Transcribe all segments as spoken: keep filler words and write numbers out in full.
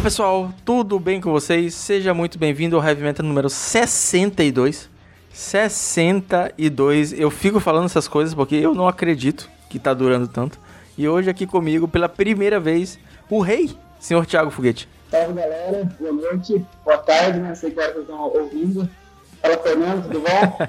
pessoal, tudo bem com vocês? Seja muito bem-vindo ao Heavy Metal número sessenta e dois. sessenta e dois, eu fico falando essas coisas porque eu não acredito que tá durando tanto. E hoje aqui comigo, pela primeira vez, o rei, senhor Thiago Foguete. Salve galera, boa noite, boa tarde, né? Sei que vocês estão ouvindo. Fala Fernando, tudo bom?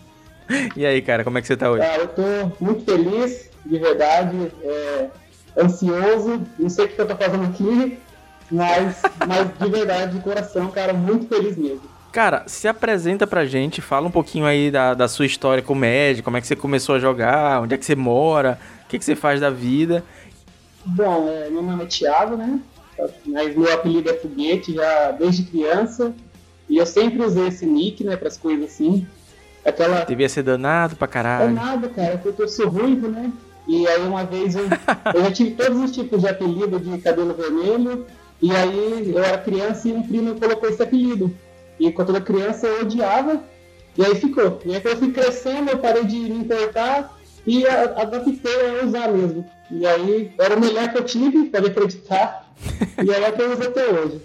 E aí, cara, como é que você tá hoje? Ah, eu tô muito feliz, de verdade, é, ansioso, não sei o que eu tô fazendo aqui, mas, mas de verdade, de coração, cara, muito feliz mesmo. Cara, se apresenta pra gente, fala um pouquinho aí da, da sua história com o Magic, como é que você começou a jogar, onde é que você mora, o que, que você faz da vida. Bom, é, meu nome é Thiago, né? Mas meu apelido é Foguete já desde criança, e eu sempre usei esse nick, né, pras coisas assim. Aquela... Devia ser danado pra caralho. É nada, cara, porque eu sou ruivo, né? E aí uma vez eu, eu já tive todos os tipos de apelido de cabelo vermelho, e aí eu era criança e um primo colocou esse apelido. E quando eu era criança eu odiava, e aí ficou. E aí quando eu fui crescendo eu parei de me importar e adaptei a usar mesmo. E aí era o melhor que eu tive, pode acreditar, e é o que eu uso até hoje.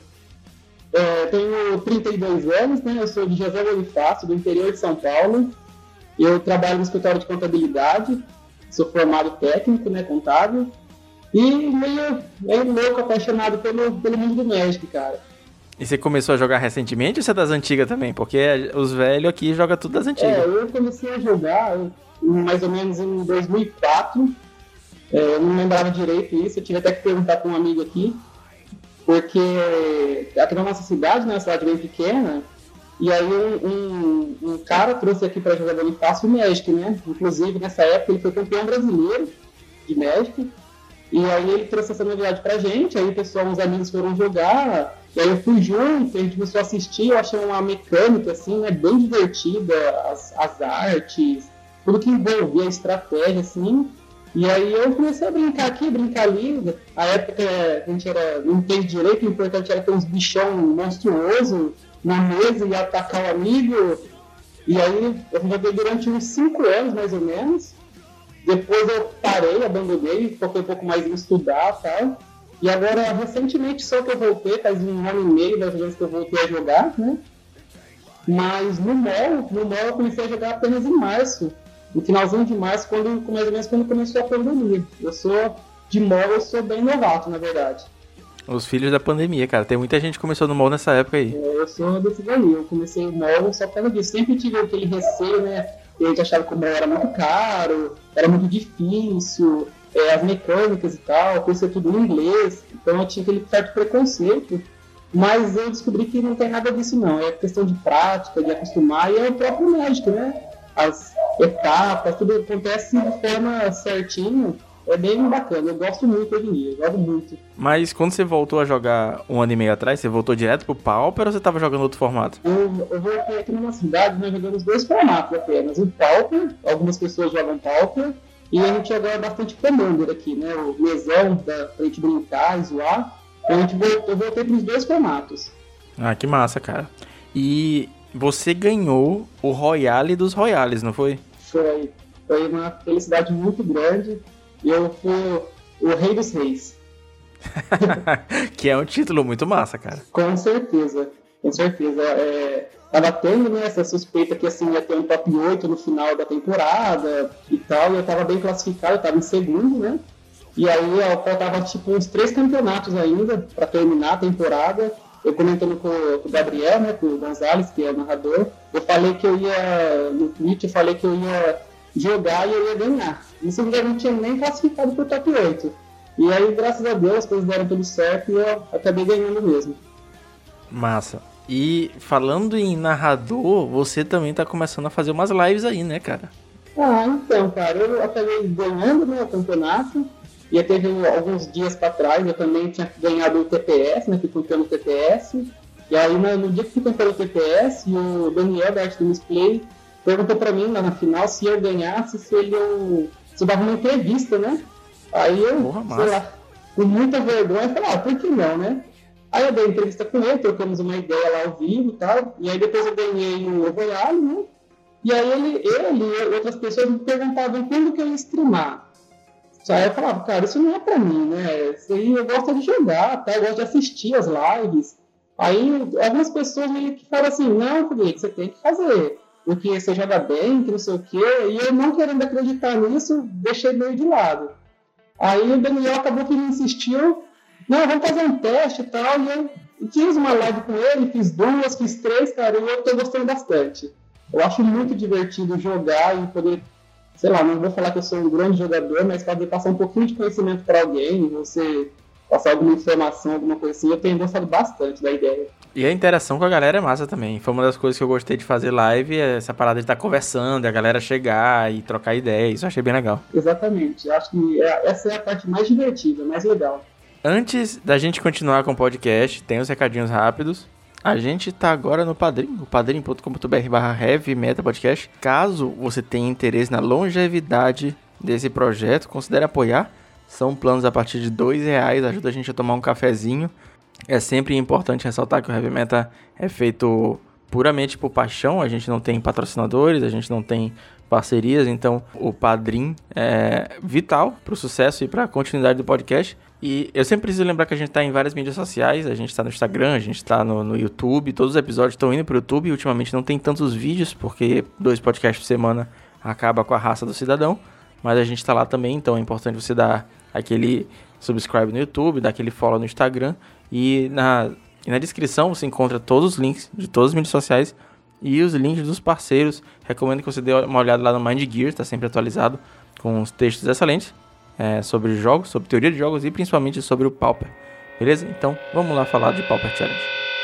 É, tenho trinta e dois anos, né? Eu sou de José Bonifácio, do interior de São Paulo. Eu trabalho no escritório de contabilidade, sou formado técnico, né, contábil, e meio, meio louco, apaixonado pelo, pelo mundo do Magic, cara. E você começou a jogar recentemente ou você é das antigas também? Porque os velhos aqui jogam tudo das antigas. É, eu comecei a jogar mais ou menos em dois mil e quatro, é, eu não lembrava direito isso, eu tive até que perguntar para um amigo aqui, porque aqui na nossa cidade, né, uma cidade bem pequena, e aí um, um, um cara trouxe aqui para jogar Bonifácio o Magic, né? Inclusive, nessa época, ele foi campeão brasileiro de Magic, e aí ele trouxe essa novidade pra gente, aí o pessoal, uns amigos foram jogar, e aí eu fui junto, a gente começou a assistir, eu achei uma mecânica, assim, né, bem divertida, as, as artes, tudo que envolvia a estratégia, assim. E aí eu comecei a brincar aqui, brincar ali. A época a gente era, não entende direito, o importante era ter uns bichão monstruosos na mesa e atacar o amigo. E aí eu joguei durante uns cinco anos, mais ou menos. Depois eu parei, abandonei, foquei um pouco mais em estudar e tal. E agora, recentemente, só que eu voltei, faz um ano e meio das vezes que eu voltei a jogar, né? Mas no mall, no mall eu comecei a jogar apenas em março. No finalzinho de março, quando, mais ou menos quando começou a pandemia. Eu sou, de mall, eu sou bem novato, na verdade. Os filhos da pandemia, cara. Tem muita gente que começou no mall nessa época aí. É, eu sou desse daí. Eu comecei no mall só por causa disso. Sempre tive aquele receio, né? A gente achava que o mall era muito caro, era muito difícil, é, as mecânicas e tal, conhecia tudo em inglês. Então eu tinha aquele certo preconceito. Mas eu descobri que não tem nada disso, não. É questão de prática, de acostumar, e é o próprio Magic, né? As etapas, tudo acontece de forma certinha, é bem bacana, eu gosto muito hoje em dia, eu gosto muito. Mas quando você voltou a jogar um ano e meio atrás, você voltou direto pro Pauper ou você tava jogando outro formato? Eu, eu voltei aqui numa cidade, nós jogamos dois formatos apenas, o Pauper, algumas pessoas jogam Pauper, e a gente joga bastante Commander aqui, né, o mesão da, pra gente brincar e zoar, então a gente voltou, eu voltei pros dois formatos. Ah, que massa, cara. E você ganhou o Royale dos Royales, não foi? Foi, foi uma felicidade muito grande. E eu fui o rei dos reis. Que é um título muito massa, cara. Com certeza, com certeza. É, tava tendo, né, essa suspeita que assim, ia ter um top oito no final da temporada e tal. E eu tava bem classificado, eu tava em segundo, né? E aí ó, faltava tipo uns três campeonatos ainda para terminar a temporada. Eu comentando com, com o Gabriel, né, com o Gonzalez, que é o narrador, eu falei que eu ia, no Twitch, eu falei que eu ia jogar e eu ia ganhar. Isso eu não tinha nem classificado pro top oito. E aí, graças a Deus, as coisas deram tudo certo e eu acabei ganhando mesmo. Massa. E falando em narrador, você também tá começando a fazer umas lives aí, né, cara? Ah, então, cara, eu acabei ganhando, né, o campeonato. E teve alguns dias para trás, eu também tinha ganhado o T P S, né, que fui pelo T P S. E aí, no, no dia que fui pelo T P S, o Daniel da Arte do Misplay perguntou para mim, lá na final, se eu ganhasse, se ele eu, se eu dava uma entrevista, né? Aí eu, Porra, sei lá, com muita vergonha, falei, ah, por que não, né? Aí eu dei entrevista com ele, trocamos uma ideia lá ao vivo e tal. E aí depois eu ganhei o Royale, né? E aí ele, ele e outras pessoas me perguntavam quando que eu ia streamar. Aí eu falava, cara, isso não é pra mim, né? Isso aí eu gosto de jogar, tá? Eu gosto de assistir as lives. Aí algumas pessoas meio que falam assim, não, Felipe, você tem que fazer, porque você joga bem, que não sei o quê. E eu não querendo acreditar nisso, deixei meio de lado. Aí o Daniel acabou que ele insistiu, não, vamos fazer um teste e tal. E eu fiz uma live com ele, fiz duas, fiz três, cara, e eu tô gostando bastante. Eu acho muito divertido jogar e poder, sei lá, não vou falar que eu sou um grande jogador, mas poder passar um pouquinho de conhecimento para alguém, você passar alguma informação, alguma coisa assim, eu tenho gostado bastante da ideia. E a interação com a galera é massa também. Foi uma das coisas que eu gostei de fazer live, essa parada de estar conversando, a galera chegar e trocar ideia, isso eu achei bem legal. Exatamente, eu acho que é, essa é a parte mais divertida, mais legal. Antes da gente continuar com o podcast, tem os recadinhos rápidos. A gente tá agora no Padrim, o padrim ponto com ponto b r barra heavy meta podcast. Caso você tenha interesse na longevidade desse projeto, considere apoiar. São planos a partir de dois reais, ajuda a gente a tomar um cafezinho. É sempre importante ressaltar que o Heavy Meta é feito puramente por paixão. A gente não tem patrocinadores, a gente não tem parcerias, então o Padrim é vital para o sucesso e para a continuidade do podcast. E eu sempre preciso lembrar que a gente está em várias mídias sociais, a gente está no Instagram, a gente está no, no YouTube, todos os episódios estão indo para o YouTube, e ultimamente não tem tantos vídeos, porque dois podcasts por semana acaba com a raça do cidadão, mas a gente está lá também, então é importante você dar aquele subscribe no YouTube, dar aquele follow no Instagram, e na, e na descrição você encontra todos os links de todas as mídias sociais e os links dos parceiros. Recomendo que você dê uma olhada lá no Mind Gear, está sempre atualizado com os textos excelentes. É, sobre jogos, sobre teoria de jogos e principalmente sobre o Pauper, beleza? Então vamos lá falar de Pauper Challenge.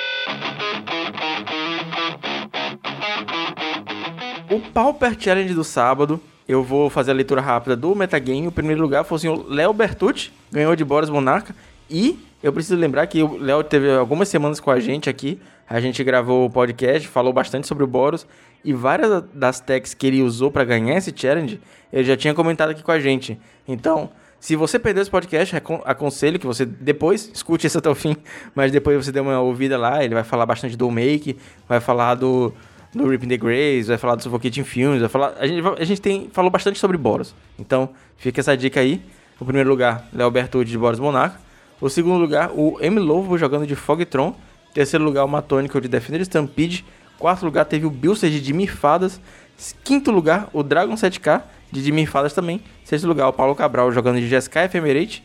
O Pauper Challenge do sábado, eu vou fazer a leitura rápida do metagame. O primeiro lugar foi o senhor Léo Bertucci, ganhou de Boros Monarca. E eu preciso lembrar que o Léo teve algumas semanas com a gente aqui. A gente gravou o podcast, falou bastante sobre o Boros. E várias das techs que ele usou para ganhar esse challenge, ele já tinha comentado aqui com a gente. Então, se você perdeu esse podcast, aconselho que você depois escute isso até o fim, mas depois você dê uma ouvida lá. Ele vai falar bastante do Make, vai falar do, do Ripping the Grace, vai falar do Suffocating Fumes, vai falar... A gente, a gente tem, falou bastante sobre Boros. Então, fica essa dica aí. No primeiro lugar, Léo Bertucci de Boros Monarca. O segundo lugar, o M. Lobo jogando de Fogtron. Terceiro lugar, o Matonical de Defender Stampede. Quarto lugar, teve o Bilster de Dimifadas. Quinto lugar, o Dragon sete K de Dimifadas também. Sexto lugar, o Paulo Cabral jogando de Jeskai Ephemerate.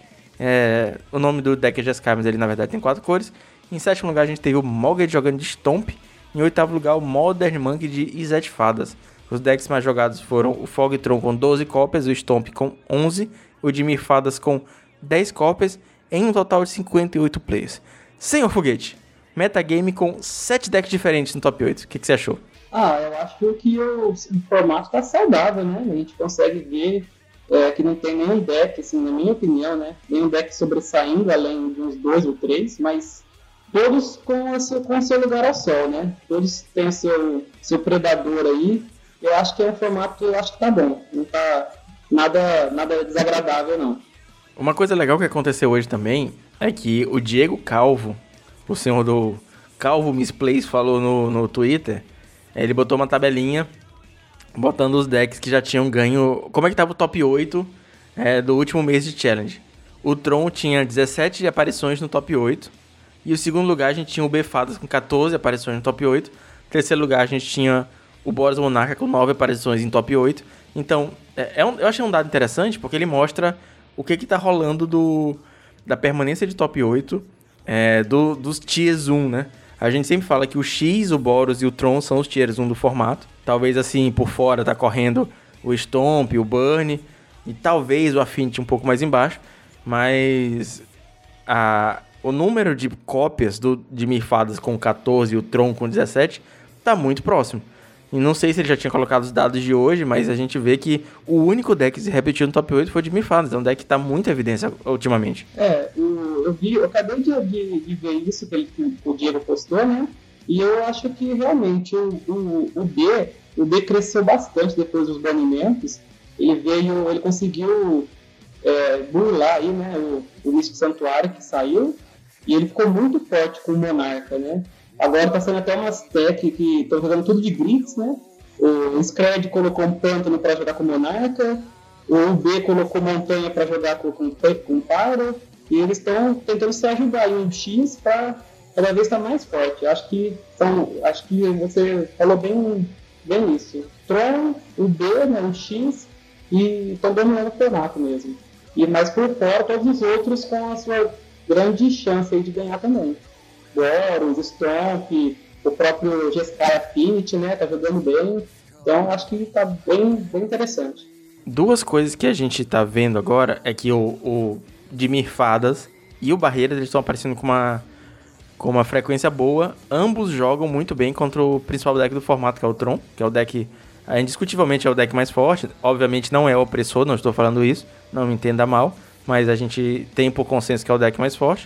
É, o nome do deck é Jeskai, mas ele na verdade tem quatro cores. Em sétimo lugar, a gente teve o Moged jogando de Stomp. Em oitavo lugar, o Modern Monk de Izet Fadas. Os decks mais jogados foram o Fogtron com doze cópias, o Stomp com onze, o Dimifadas com dez cópias, em um total de cinquenta e oito players. Senhor Foguete, metagame com sete decks diferentes no top oito. O que, que você achou? Ah, eu acho que o, o formato tá saudável, né? A gente consegue ver é, que não tem nenhum deck, assim, na minha opinião, né? Nenhum deck sobressaindo, além de uns dois ou três, mas todos com o seu, com o seu lugar ao sol, né? Todos têm seu, seu predador aí. Eu acho que é um formato, eu acho que tá bom. Não tá nada, nada desagradável, não. Uma coisa legal que aconteceu hoje também é que o Diego Calvo, o senhor do Calvo Misplays, falou no, no Twitter, ele botou uma tabelinha botando os decks que já tinham ganho... Como é que tava o top oito é, do último mês de Challenge? O Tron tinha dezessete aparições no top oito. E o segundo lugar a gente tinha o Befadas com catorze aparições no top oito. No terceiro lugar a gente tinha o Boros Monarca com nove aparições em top oito. Então, é, é um, eu achei um dado interessante porque ele mostra o que que tá rolando do, da permanência de top oito é, do, dos tiers um, né? A gente sempre fala que o X, o Boros e o Tron são os tiers um do formato. Talvez assim, por fora tá correndo o Stomp, o Burn e talvez o Affinity um pouco mais embaixo. Mas a, o número de cópias do, de Mifadas com catorze e o Tron com dezessete tá muito próximo. E não sei se ele já tinha colocado os dados de hoje, mas a gente vê que o único deck que se repetiu no top oito foi o de Mifadas. É um deck que tá muito em evidência ultimamente. É, eu, eu vi, eu acabei de, de, de ver isso que, ele, que o Diego postou, né? E eu acho que realmente o, o, o B, o B cresceu bastante depois dos banimentos. Ele veio, ele conseguiu é, burlar aí, né? O, o Místico Santuário que saiu. E ele ficou muito forte com o Monarca, né? Agora tá sendo até umas tech que estão jogando tudo de Grits, né? O Scred colocou um pântano para jogar com o Monarca. o U B colocou montanha para jogar com, com, com Pyro, e eles estão tentando se ajudar em um X para cada vez estar mais forte. Acho que, são, acho que você falou bem, bem isso. Tron, U B, né, um X, e estão dominando o campeonato mesmo. E mais por fora, todos os outros com a sua grande chance aí de ganhar também. Boros, Stomp, o próprio G S K Affinity, né, tá jogando bem. Então acho que tá bem, bem interessante. Duas coisas que a gente tá vendo agora é que o, o Dimir Fadas e o Barreiras, eles estão aparecendo com uma, com uma frequência boa. Ambos jogam muito bem contra o principal deck do formato, que é o Tron, que é o deck, indiscutivelmente é o deck mais forte. Obviamente não é o opressor, não estou falando isso, não me entenda mal, mas a gente tem por consenso que é o deck mais forte.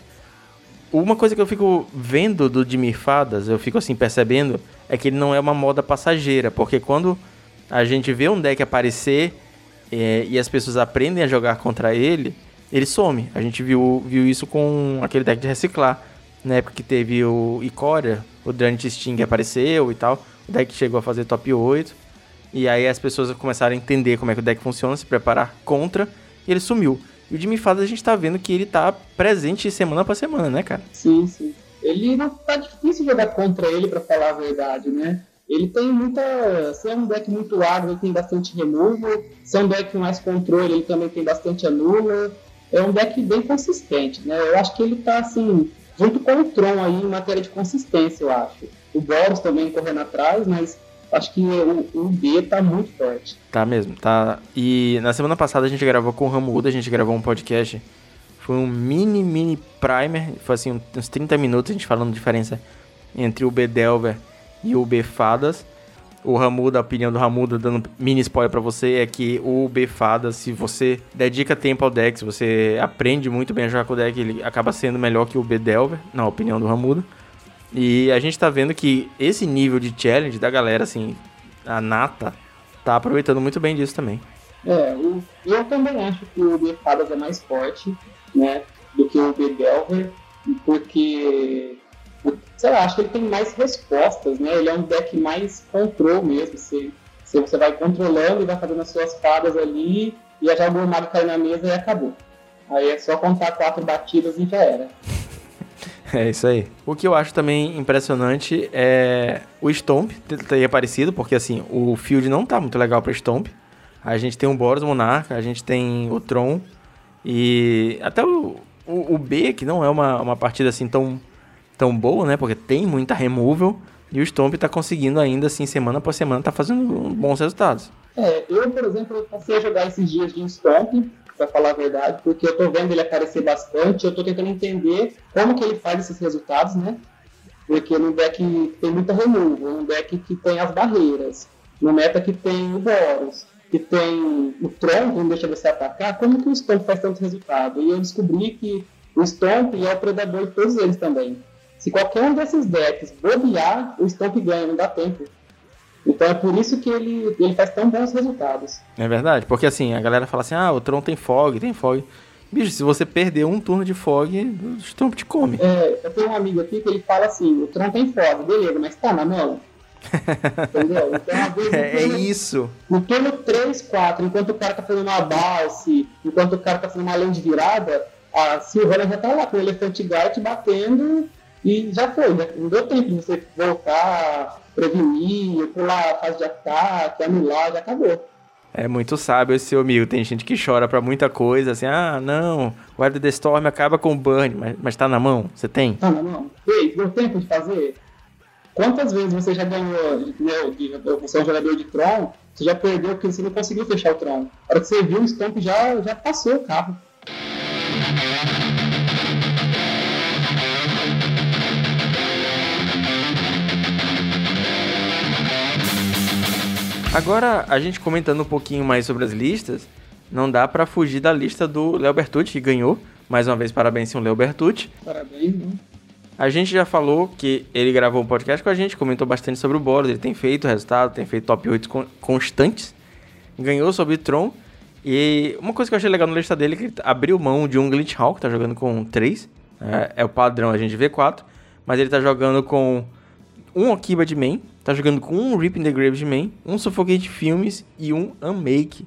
Uma coisa que eu fico vendo do Dimir Fadas, eu fico assim percebendo, é que ele não é uma moda passageira, porque quando a gente vê um deck aparecer é, e as pessoas aprendem a jogar contra ele, ele some. A gente viu, viu isso com aquele deck de reciclar, na época que teve o Ikoria, o Dranit Sting apareceu e tal, o deck chegou a fazer top oito, e aí as pessoas começaram a entender como é que o deck funciona, se preparar contra, e ele sumiu. E o Dimir Fadas a gente tá vendo que ele tá presente semana pra semana, né, cara? Sim, sim. Ele não tá difícil jogar contra ele, pra falar a verdade, né? Ele tem muita... Se é um deck muito agro, ele tem bastante removal. Se é um deck mais controle, ele também tem bastante anula. É um deck bem consistente, né? Eu acho que ele tá, assim, junto com o Tron aí, em matéria de consistência, eu acho. O Boros também correndo atrás, mas... Acho que o, o B tá muito forte. Tá mesmo, tá. E na semana passada a gente gravou com o Ramuda, a gente gravou um podcast. Foi um mini, mini primer. Foi assim, uns trinta minutos a gente falando a diferença entre o B Delver e o B Fadas. O Ramuda, a opinião do Ramuda, dando mini spoiler pra você, é que o B Fadas, se você dedica tempo ao deck, se você aprende muito bem a jogar com o deck, ele acaba sendo melhor que o B Delver, na opinião do Ramuda. E a gente tá vendo que esse nível de challenge da galera, assim, a nata, tá aproveitando muito bem disso também. É, eu, eu também acho que o B Fadas é mais forte, né, do que o B Delver, porque, sei lá, acho que ele tem mais respostas, né, ele é um deck mais control mesmo, se, se você vai controlando e vai fazendo as suas fadas ali, e já o mago cai na mesa e acabou. Aí é só contar quatro batidas e já era. É isso aí. O que eu acho também impressionante é o Stomp ter aparecido, porque assim, o field não tá muito legal pra Stomp. A gente tem o Boros Monarca, a gente tem o Tron e até o, o, o B, que não é uma, uma partida assim tão, tão boa, né? Porque tem muita removal e o Stomp tá conseguindo ainda assim, semana por semana, tá fazendo bons resultados. É, eu, por exemplo, eu passei a jogar esses dias de Stomp, pra falar a verdade, porque eu tô vendo ele aparecer bastante, eu tô tentando entender como que ele faz esses resultados, né? Porque no deck tem muita removal, no deck que tem as barreiras, no meta que tem o Boros, que tem o Tron, que não deixa você atacar, como que o Stomp faz tanto resultado? E eu descobri que o Stomp é o predador de todos eles também. Se qualquer um desses decks bobear, o Stomp ganha, não dá tempo. Então é por isso que ele, ele faz tão bons resultados. É verdade, porque assim, a galera fala assim, ah, o Tron tem fog, tem fog. Bicho, se você perder um turno de fog, o Stomp te come. É, eu tenho um amigo aqui que ele fala assim, o Tron tem fog, beleza, mas tá na mão. Entendeu? Então, às vezes, é, turno, é isso. No turno três, quatro, enquanto o cara tá fazendo uma balse, enquanto o cara tá fazendo uma lente de virada, a Silvana já tá lá com o Elefante Guard batendo e já foi, já não deu tempo de você voltar, prevenir, pular a fase de ataque, anular, já acabou. É muito sábio esse seu amigo. Tem gente que chora pra muita coisa, assim, ah, não, o Wild the Storm acaba com o burn, mas, mas tá na mão? Você tem? Tá na mão? Ei, deu tempo de fazer? Quantas vezes você já ganhou, né, você é um jogador de Tron, você já perdeu porque você não conseguiu fechar o Tron. A hora que você viu o Stomp já, já passou o carro. Agora, a gente comentando um pouquinho mais sobre as listas, não dá pra fugir da lista do Léo Bertucci, que ganhou. Mais uma vez, parabéns ao Léo Bertucci. Parabéns, né? A gente já falou que ele gravou um podcast com a gente, comentou bastante sobre o Boros, ele tem feito resultado, tem feito top oito constantes, ganhou sobre o Tron, e uma coisa que eu achei legal na lista dele é que ele abriu mão de um Glitch Hawk, tá jogando com três, é, é o padrão, a gente vê quatro, mas ele tá jogando com um Okiba de main, tá jogando com um Rip in the Grave de main, um Suffocate Films e um Unmake.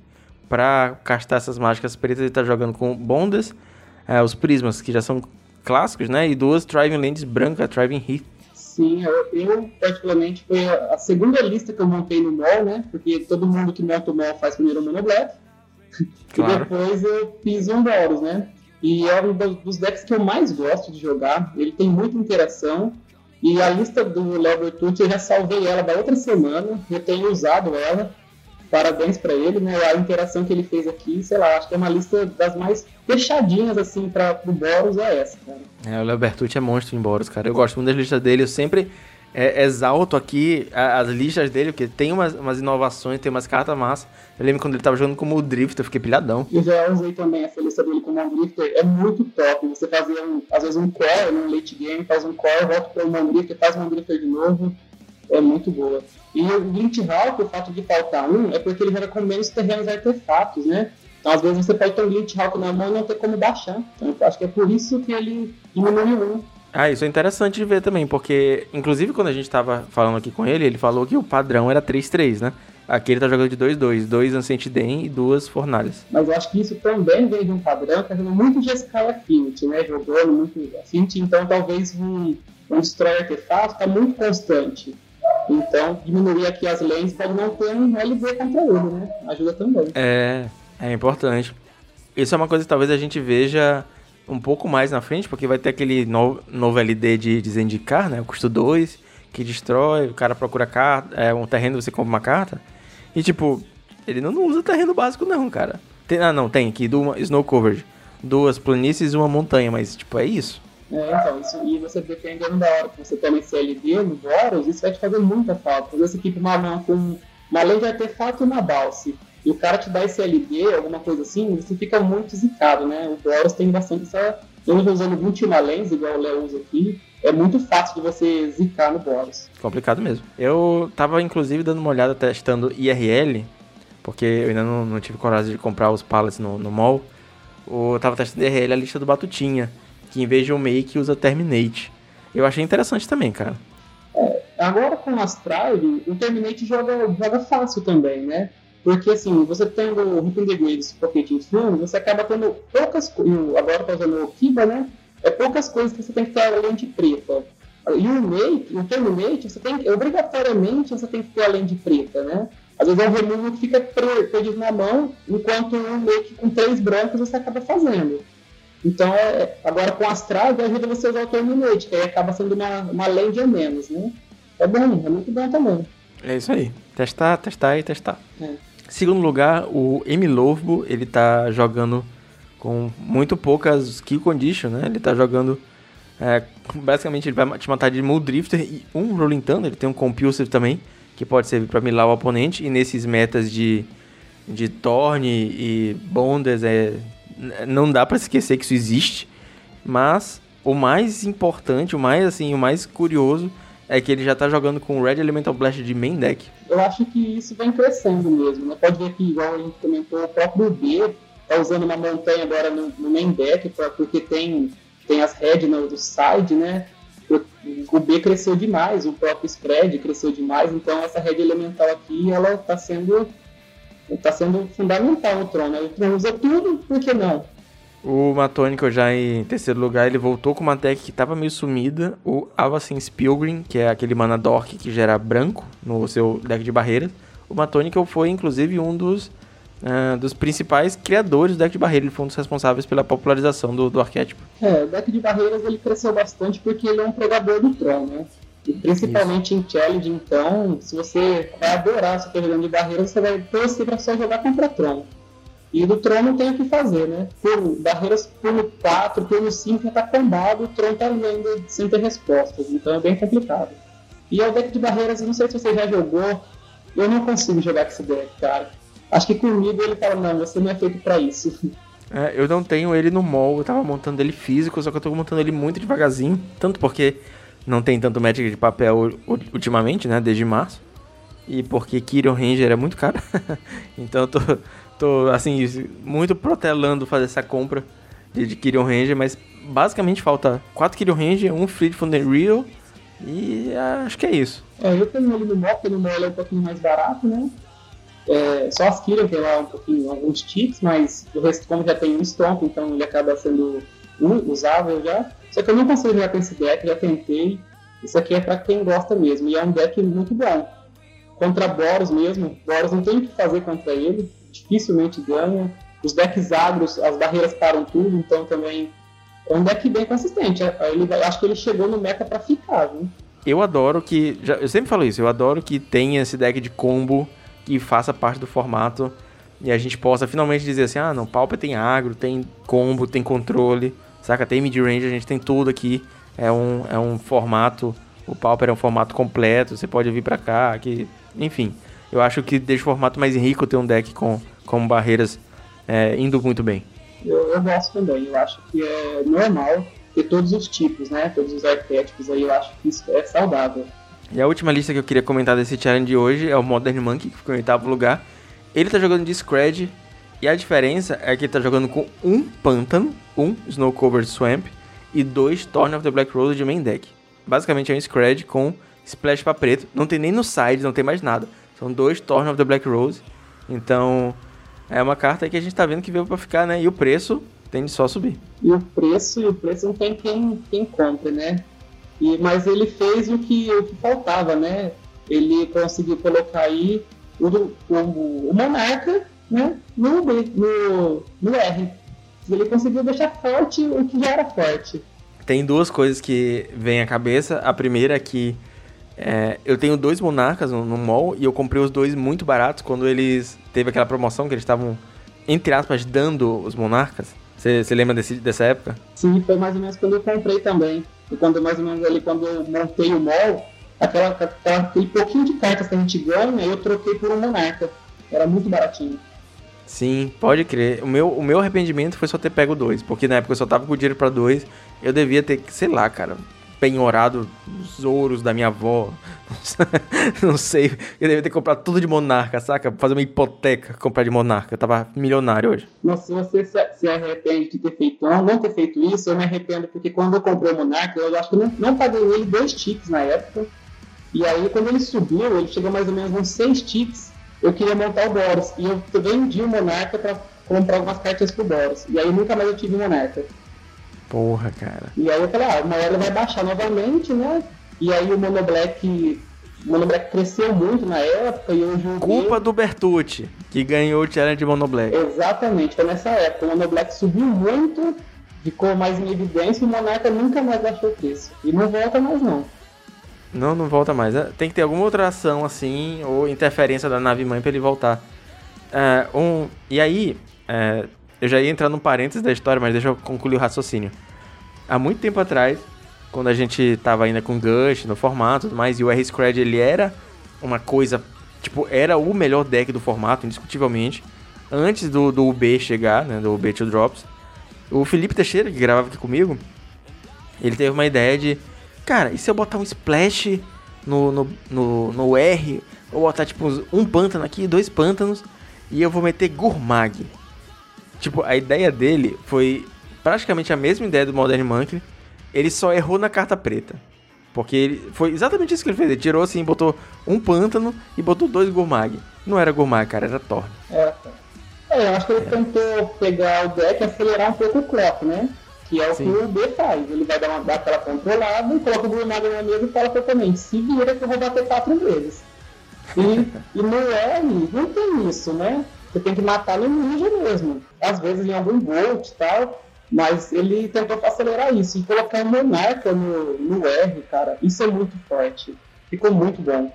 pra castar essas mágicas pretas, ele tá jogando com Bondas, é, os Prismas, que já são clássicos, né? E duas Thriving Lands brancas, Thriving Heath. Sim, eu, eu particularmente foi a, a segunda lista que eu montei no mall, né? Porque todo mundo que monta o mall faz primeiro o Mono Black. Claro. E depois eu fiz um Boros, né? E é um dos decks que eu mais gosto de jogar. Ele tem muita interação. E a lista do Léo Bertucci, eu já salvei ela da outra semana. Eu tenho usado ela. Parabéns pra ele, né? A interação que ele fez aqui, sei lá, acho que é uma lista das mais fechadinhas, assim, para o Boros é essa, cara. É, o Léo Bertucci é monstro em Boros, cara. Eu gosto muito das listas dele. Eu sempre é, exalto aqui as listas dele, porque tem umas, umas inovações, tem umas cartas massas. Eu lembro quando ele tava jogando como o Drifter, eu fiquei pilhadão. Eu já usei também essa lista dele como um Drifter, é muito top. Você fazia, um, às vezes, um core num late game, faz um core, volta para o um Drifter, faz um Drifter de novo. É muito boa. E o Glint Hawk, o fato de faltar um, é porque ele joga com menos terrenos artefatos, né? Então, às vezes, você pode ter um Glint Hawk na mão e não ter como baixar. Então, eu acho que é por isso que ele diminuiu um. Ah, isso é interessante de ver também, porque, inclusive, quando a gente tava falando aqui com ele, ele falou que o padrão era três três, né? Aqui ele tá jogando de dois dois, dois Ancient Den e duas Fornalhas. Mas eu acho que isso também vem de um padrão, tá jogando muito de escala Affinity, né? Jogando muito Affinity, então talvez um, um Destroy artefato tá muito constante. Então, diminuir aqui as lanes pode não ter um L V contra ele, né? Ajuda também. É, é importante. Isso é uma coisa que talvez a gente veja um pouco mais na frente, porque vai ter aquele novo, novo L D de, de Zendikar, né? O custo dois, que destrói, o cara procura carta, é, um terreno, você compra uma carta. E, tipo, ele não, não usa terreno básico não, cara. Tem, ah, não, tem aqui, do, Snow Covered. Duas planícies e uma montanha, mas, tipo, é isso. É, então, isso, e você dependendo da hora que você toma esse L D no Boros, isso vai te fazer muita falta. Fazer essa equipe uma mão com uma lei de artefato e uma balse, e o cara te dá esse L D, alguma coisa assim, você fica muito zicado, né? O Boros tem bastante essa... Eu não estou usando vinte e uma lanes, igual o Léo usa aqui, é muito fácil de você zicar no Boros. Complicado mesmo. Eu tava, inclusive, dando uma olhada, testando I R L, porque eu ainda não, não tive coragem de comprar os pallets no, no mall. Eu tava testando I R L a lista do Batutinha, que em vez de um make usa Terminate. Eu achei interessante também, cara. É, agora com o Astride, o Terminate joga, joga fácil também, né? Porque assim, você tendo o Rip in the Grave e Pocket Influence, você acaba tendo poucas coisas. Agora tá usando o Kiba, né? É poucas coisas que você tem que ter além de preta. E o make, o Terminate, você tem, obrigatoriamente você tem que ter além de preta, né? Às vezes é um removal que fica perdido na mão, enquanto um make com três brancos você acaba fazendo. Então, é, agora com as traves, ajuda você a usar o Terminate, que aí acaba sendo uma, uma land a menos, né? É bom, é muito bom também. É isso aí. Testar, testar e testar. É. Segundo lugar, o M. Lobo, ele tá jogando com muito poucas kill condition, né? Ele tá jogando... É, basicamente, ele vai te matar de Muldrifter e um Rolling Thunder. Ele tem um Compulsive também, que pode servir pra milar o oponente. E nesses metas de, de Thorn e Bonders, é... não dá pra esquecer que isso existe, mas o mais importante, o mais assim, o mais curioso é que ele já tá jogando com o Red Elemental Blast de main deck. Eu acho que isso vem crescendo mesmo, né? Pode ver que, igual a gente comentou, o próprio B tá usando uma montanha agora no, no main deck, pra, porque tem, tem as Red no do side, né? O B cresceu demais, o próprio spread cresceu demais, então essa Red Elemental aqui, ela tá sendo... Está sendo fundamental no Tron, né? O Tron usa tudo, por que não? O Matônico já em terceiro lugar, ele voltou com uma deck que estava meio sumida, o Avacyn's Pilgrim, que é aquele mana dork que gera branco no seu deck de barreiras. O Matônico foi, inclusive, um dos, uh, dos principais criadores do deck de barreiras, ele foi um dos responsáveis pela popularização do, do arquétipo. É, o deck de barreiras ele cresceu bastante porque ele é um pregador do Tron, né? E principalmente Isso. em Challenge, então, se você vai adorar se jogando de barreiras, você vai torcer para só jogar contra Tron. E do Tron não tem o que fazer, né? Por barreiras turno quatro, turno cinco já tá combado, o Tron tá lendo sem ter respostas, então é bem complicado. E o deck de barreiras, eu não sei se você já jogou, eu não consigo jogar com esse deck, cara. Acho que comigo ele fala, não, você não é feito para isso. É, eu não tenho ele no mall, eu tava montando ele físico, só que eu tô montando ele muito devagarzinho, tanto porque não tem tanto Magic de papel ultimamente, né, desde março, e porque Kyrion Ranger é muito caro, então eu tô, tô, assim, muito protelando fazer essa compra de, de Kyrion Ranger, mas basicamente falta quatro Kyrion Ranger, um Fleet from the Real, e acho que é isso. É, eu tenho ele no mall, porque no mall ele é um pouquinho mais barato, né, É, só as Killian tem lá um pouquinho, alguns ticks, mas o resto, como já tem um Stomp, então ele acaba sendo usável já. Só que eu não consigo jogar com esse deck, já tentei. Isso aqui é pra quem gosta mesmo, e é um deck muito bom. Contra Boros mesmo, Boros não tem o que fazer contra ele, dificilmente ganha. Os decks agros, as barreiras param tudo, então também é um deck bem consistente. Ele vai, acho que ele chegou no meta pra ficar, viu? Eu adoro que, já, eu sempre falo isso, eu adoro que tenha esse deck de combo que faça parte do formato e a gente possa finalmente dizer assim, ah não, Pauper tem agro, tem combo, tem controle, saca? Tem mid-range, a gente tem tudo aqui, é um, é um formato, o Pauper é um formato completo, você pode vir pra cá, que, enfim, eu acho que deixa o formato mais rico ter um deck com, com barreiras é, indo muito bem. Eu, eu gosto também, eu acho que é normal ter todos os tipos, né? Todos os arquétipos aí, eu acho que isso é saudável. E a última lista que eu queria comentar desse challenge de hoje é o Modern Monkey, que ficou em oitavo lugar. Ele tá jogando de Scred, e a diferença é que ele tá jogando com um Pântano, um Snow Covered Swamp e dois Thorn of the Black Rose de main deck. Basicamente é um Scred com Splash pra preto, não tem nem no side, não tem mais nada. São dois Thorn of the Black Rose, então é uma carta que a gente tá vendo que veio pra ficar, né? E o preço tende só a subir. E o preço, e o preço não tem quem, quem compre, né? E, mas ele fez o que, o que faltava, né? Ele conseguiu colocar aí o, o, o Monarca, né? no, no, no R. Ele conseguiu deixar forte o que já era forte. Tem duas coisas que vêm à cabeça. A primeira é que é, eu tenho dois Monarcas no, no mall e eu comprei os dois muito baratos quando eles... Teve aquela promoção que eles estavam, entre aspas, dando os Monarcas. Você lembra desse, dessa época? Sim, foi mais ou menos quando eu comprei também. E quando mais ou menos ali, quando eu montei o mall, aquela, aquela, aquele pouquinho de cartas que a gente ganha, eu troquei por um Monarca. Era muito baratinho. Sim, pode crer. O meu, o meu arrependimento foi só ter pego dois, porque na época eu só tava com dinheiro pra dois. Eu devia ter, sei lá, cara, penhorado os ouros da minha avó. Não sei. Eu devia ter comprado tudo de Monarca, saca? Fazer uma hipoteca, comprar de Monarca. Eu tava milionário hoje. Nossa, se você se, se arrepende de ter feito não, não ter feito isso, eu me arrependo, porque quando eu comprei o Monarca, eu acho que eu não, não paguei ele dois ticks na época. E aí, quando ele subiu, ele chegou mais ou menos uns seis ticks. Eu queria montar o Boros. E eu vendi o Monarca pra comprar algumas cartas pro Boros. E aí, nunca mais eu tive o Monarca. Porra, cara. E aí eu falei, ah, uma hora ele vai baixar novamente, né? E aí o Mono Black, o Mono Black cresceu muito na época e eu joguei... Culpa do Bertucci, que ganhou o challenge de Mono Black. Exatamente, foi nessa época. O Mono Black subiu muito, ficou mais em evidência e o Monarca nunca mais baixou o preço. E não volta mais não. Não, não volta mais. Tem que ter alguma outra ação assim, ou interferência da nave mãe pra ele voltar. É, um, e aí, é, eu já ia entrar num parênteses da história, mas deixa eu concluir o raciocínio. Há muito tempo atrás, quando a gente tava ainda com Gush no formato e tudo mais, e o R-Scred ele era uma coisa, tipo, era o melhor deck do formato, indiscutivelmente, antes do, do U B chegar, né, do U B dois Drops. O Felipe Teixeira, que gravava aqui comigo, ele teve uma ideia de, cara, e se eu botar um Splash no, no, no, no R, ou botar, tipo, um pântano aqui, dois pântanos, e eu vou meter Gurmag. Tipo, a ideia dele foi praticamente a mesma ideia do Modern Monkey, ele só errou na carta preta. Porque ele, foi exatamente isso que ele fez, ele tirou assim, botou um pântano e botou dois Gurmag. Não era Gurmag, cara, era Thorn. É, é, eu acho que ele tentou pegar o deck e acelerar um pouco o clock, né? Que é o Sim. que o B faz. Ele vai dar, uma, dar aquela controlada e coloca o Gurmag na mesa e fala totalmente, se vira que eu vou bater quatro vezes. E, e no R não tem isso, né? Você tem que matar no ninja mesmo. Às vezes em algum Bolt e tal, mas ele tentou acelerar isso. E colocar um Monarca no, no R, cara, isso é muito forte. Ficou muito bom.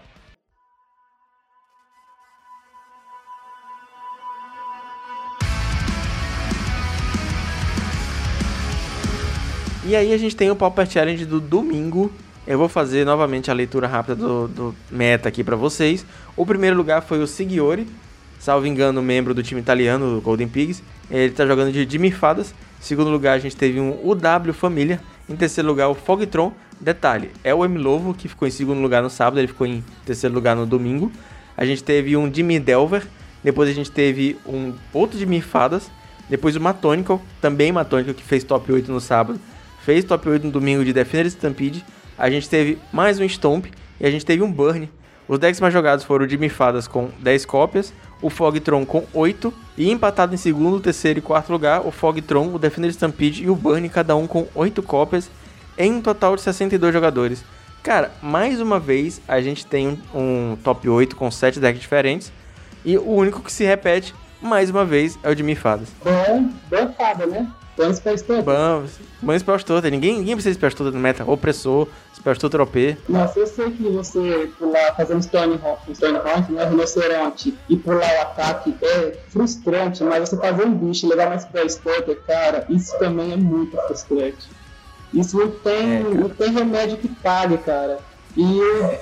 E aí a gente tem o Pauper Challenge do domingo. Eu vou fazer novamente a leitura rápida do, do meta aqui pra vocês. O primeiro lugar foi o Sigiori, salvo engano, membro do time italiano, do Golden Pigs. Ele tá jogando de Jimmy Fadas. Em segundo lugar, a gente teve um U W Família. Em terceiro lugar, o Fogtron. Detalhe, é o Emilovo que ficou em segundo lugar no sábado, ele ficou em terceiro lugar no domingo. A gente teve um Jimmy Delver. Depois a gente teve um outro Jimmy Fadas. Depois o Matonical, também Matonical, que fez top oito no sábado. Fez top oito no domingo de Defender Stampede. A gente teve mais um Stomp e a gente teve um Burn. Os decks mais jogados foram o de Mifadas com dez cópias, o Fogtron com oito, e empatado em segundo, terceiro e quarto lugar, o Fogtron, o Defender Stampede e o Burn, cada um com oito cópias, em um total de sessenta e dois jogadores. Cara, mais uma vez, a gente tem um, um top oito com sete decks diferentes, e o único que se repete, mais uma vez, é o de Mifadas. Bom, boa fada, né? Bom Spell Stutter. Bom, bom Spell Stutter. Ninguém, ninguém precisa de Spell Stutter no meta. Opressor, Spell Stutter O P. Nossa, eu sei que você pular, fazer um Stonehorn, um Stonehorn, né, rinoceronte, e pular o ataque é frustrante, mas você fazer um bicho e levar mais Spell Stutter, cara, isso também é muito frustrante. Isso não tem, é, não tem remédio que pague, cara. E,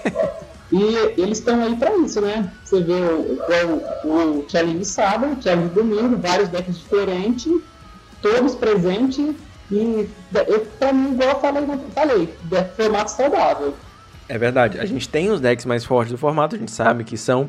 e eles estão aí pra isso, né? Você vê o, o, o Challenge sábado, o Challenge domingo, vários decks diferentes, todos presentes, e eu, pra mim, igual eu falei, falei, é formato saudável. É verdade, a gente tem os decks mais fortes do formato, a gente sabe que são.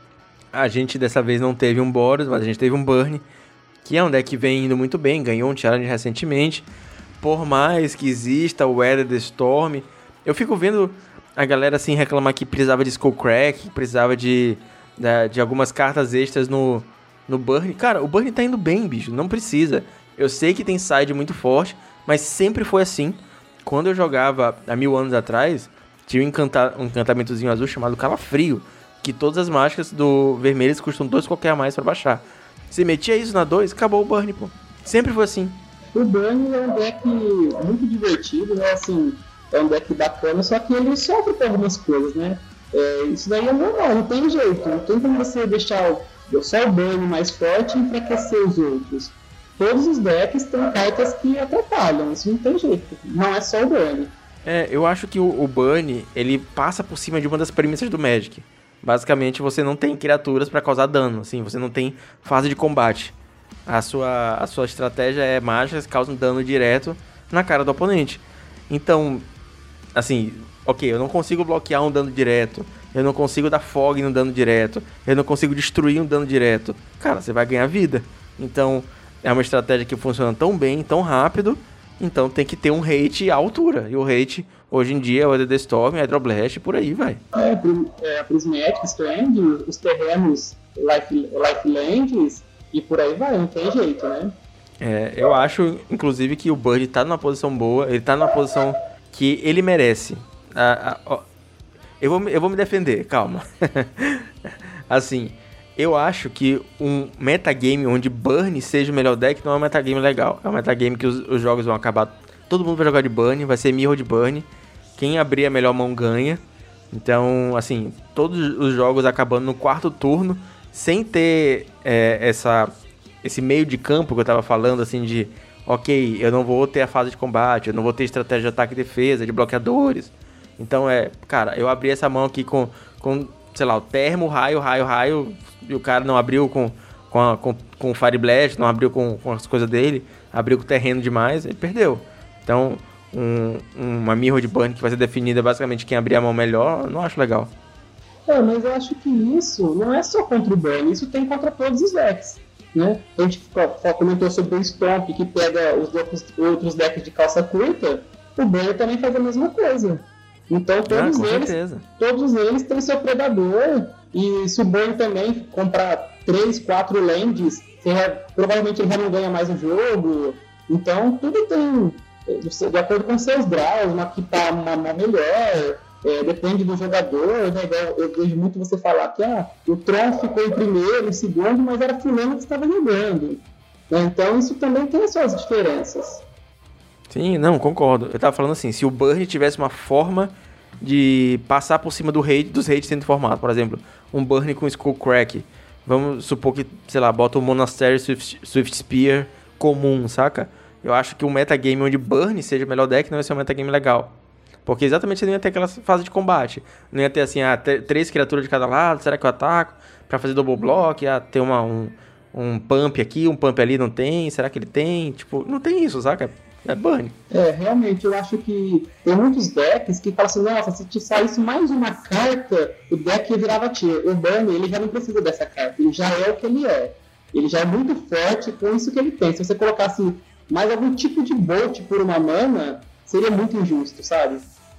A gente dessa vez não teve um Boros, mas a gente teve um Burn, que é um deck que vem indo muito bem, ganhou um challenge recentemente. Por mais que exista o Weather the Storm, eu fico vendo a galera assim reclamar que precisava de Skullcrack, que precisava de, de, de algumas cartas extras no, no Burn. Cara, o Burn tá indo bem, bicho, não precisa. Eu sei que tem side muito forte, mas sempre foi assim. Quando eu jogava há mil anos atrás, tinha um, encanta- um encantamentozinho azul chamado Calafrio, que todas as mágicas do vermelho custam dois qualquer a mais pra baixar. Você metia isso na dois, acabou o Burn, pô. Sempre foi assim. O Burn é um deck muito divertido, né? Assim, é um deck bacana, só que ele sofre com algumas coisas, né? É, isso daí é normal, não tem jeito. Não tem como você deixar o, só o Burn mais forte e enfraquecer os outros. Todos os decks têm cartas que atrapalham, isso não tem jeito. Não é só o Burn. É, eu acho que o, o Burn, ele passa por cima de uma das premissas do Magic. Basicamente, você não tem criaturas pra causar dano, assim, você não tem fase de combate. A sua, a sua estratégia é mágicas que causam dano direto na cara do oponente. Então, assim, ok, eu não consigo bloquear um dano direto, eu não consigo dar fog no dano direto, eu não consigo destruir um dano direto. Cara, você vai ganhar vida. Então, é uma estratégia que funciona tão bem, tão rápido, então tem que ter um hate à altura. E o hate, hoje em dia, é o Weather the Storm, Hydroblast, por aí vai. É, é a Prismatic Strand, os terrenos Life, Lifelands, e por aí vai, não tem jeito, né? É, eu acho, inclusive, que o Bird tá numa posição boa, ele tá numa posição que ele merece. Ah, ah, eu, vou, eu vou me defender, calma. Assim, eu acho que um metagame onde Burn seja o melhor deck não é um metagame legal. É um metagame que os, os jogos vão acabar... Todo mundo vai jogar de Burn, vai ser Mirror de Burn. Quem abrir a melhor mão ganha. Então, assim, todos os jogos acabando no quarto turno, sem ter é, essa, esse meio de campo que eu tava falando, assim, de... Ok, eu não vou ter a fase de combate, eu não vou ter estratégia de ataque e defesa, de bloqueadores. Então, é... Cara, eu abri essa mão aqui com... com sei lá, o termo, raio, raio, raio, e o cara não abriu com, com, a, com, com o Fire Blast, não abriu com, com as coisas dele, abriu com o terreno demais, ele perdeu. Então, um, uma Mirror de Burn que vai ser definida basicamente quem abrir a mão melhor, eu não acho legal. É, mas eu acho que isso não é só contra o Burn, isso tem contra todos os decks, né? A gente comentou sobre o Stomp, que pega os outros, outros decks de calça curta, o Burn também faz a mesma coisa. Então todos, ah, eles, todos eles têm seu predador, e se o Burn também comprar três, quatro lands, provavelmente ele já não ganha mais o jogo. Então tudo tem, de acordo com seus draws, uma que tá uma mão melhor, é, depende do jogador, né? Eu vejo muito você falar que ah, o Tron ficou em primeiro, em segundo, mas era fulano que estava jogando. Então isso também tem as suas diferenças. Sim, não, concordo. Eu tava falando assim, se o Burn tivesse uma forma de passar por cima do hate, dos hates sendo formado, por exemplo, um Burn com Skullcrack, vamos supor que, sei lá, bota o Monastery Swift, Swift Spear comum, saca? Eu acho que um metagame onde Burn seja o melhor deck não ia ser um metagame legal. Porque exatamente você não ia ter aquela fase de combate. Não ia ter assim, ah, t- três criaturas de cada lado, será que eu ataco? Pra fazer double block, ah, ter uma, um, um pump aqui, um pump ali, não tem, será que ele tem? Tipo, não tem isso, saca? É Burn. É, realmente, eu acho que tem muitos decks que falam assim, nossa, se te saísse mais uma carta, o deck virava tier. O Burn, ele já não precisa dessa carta, ele já é o que ele é. Ele já é muito forte com isso que ele tem. Se você colocasse mais algum tipo de bolt por uma mana, seria muito injusto, sabe?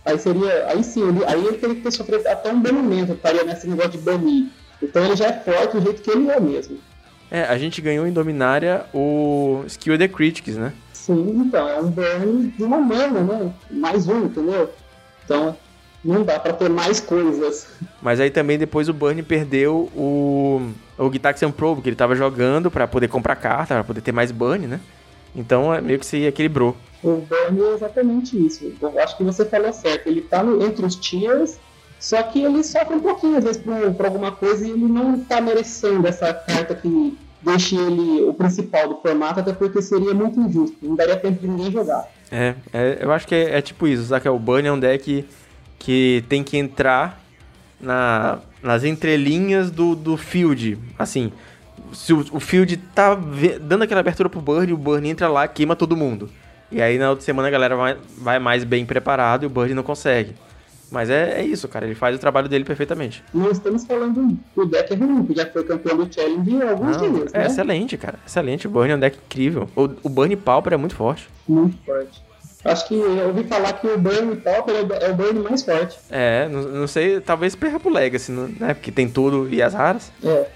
Aí seria. Aí sim, ele, aí ele teria que ter sofrido até um banimento, estaria nesse negócio de banir. Então ele já é forte do jeito que ele é mesmo. É, a gente ganhou em Dominária o Skill the Critics, né? Sim, então, é um burn de uma mana, né? Mais um, entendeu? Então, não dá pra ter mais coisas. Mas aí também depois o Burn perdeu o, o Gitaxian Probe, que ele tava jogando pra poder comprar carta, pra poder ter mais Burn, né? Então é meio que se equilibrou. O Burn é exatamente isso. Eu acho que você falou certo. Ele tá no, entre os tiers, só que ele sofre um pouquinho, às vezes, por, por alguma coisa, e ele não tá merecendo essa carta que deixe ele o principal do formato, até porque seria muito injusto. Não daria tempo de ninguém jogar. É, é eu acho que é, é tipo isso, sabe? O Burn é um deck que tem que entrar na, nas entrelinhas do, do field. Assim, se o, o field tá ve- dando aquela abertura pro Burn, o Burn entra lá, queima todo mundo. E aí na outra semana a galera vai, vai mais bem preparado e o Burn não consegue. Mas é, é isso, cara, ele faz o trabalho dele perfeitamente. Não estamos falando que o deck é ruim, que já foi campeão do Challenge há alguns Não, dias, é né? excelente, cara, excelente. O Burn é um deck incrível. O, o Burn Pauper é muito forte. Muito forte. Acho que eu ouvi falar que o Burn Pauper é o Burn mais forte. É, não, não sei, talvez perca pro Legacy, né? Porque tem tudo e as raras. É.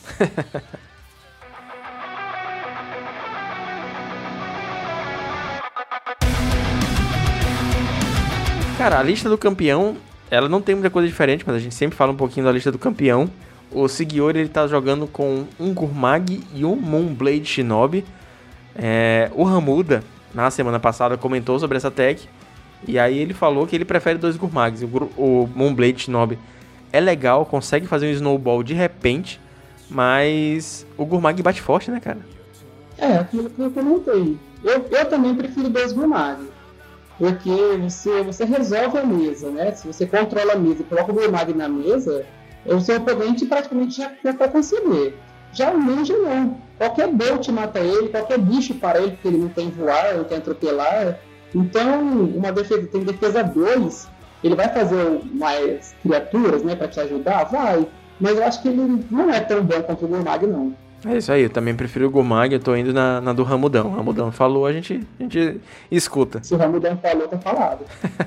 Cara, a lista do campeão, ela não tem muita coisa diferente, mas a gente sempre fala um pouquinho da lista do campeão. O Sigiori, ele tá jogando com um Gurmag e um Moonblade Shinobi. É, o Ramuda, na semana passada, comentou sobre essa tech. E aí ele falou que ele prefere dois Gurmags. O, o Moonblade Shinobi é legal, consegue fazer um snowball de repente, mas o Gurmag bate forte, né, cara? É, aquilo que eu comentei. Eu, eu também prefiro dois Gurmag. Porque você, você resolve a mesa, né? Se você controla a mesa e coloca o Gurmag na mesa, o seu oponente praticamente já já vai conceber. Já o ninja não. Qualquer bolt mata ele, qualquer bicho para ele, porque ele não tem voar, não tem atropelar. Então, uma defesa, tem defesa dois, ele vai fazer mais criaturas, né, para te ajudar? Vai. Mas eu acho que ele não é tão bom quanto o Gurmag, não. É isso aí, eu também prefiro o Gurmag, eu tô indo na, na do Ramudão. O Ramudão falou, a gente, a gente escuta. Se o Ramudão falou, tá falado.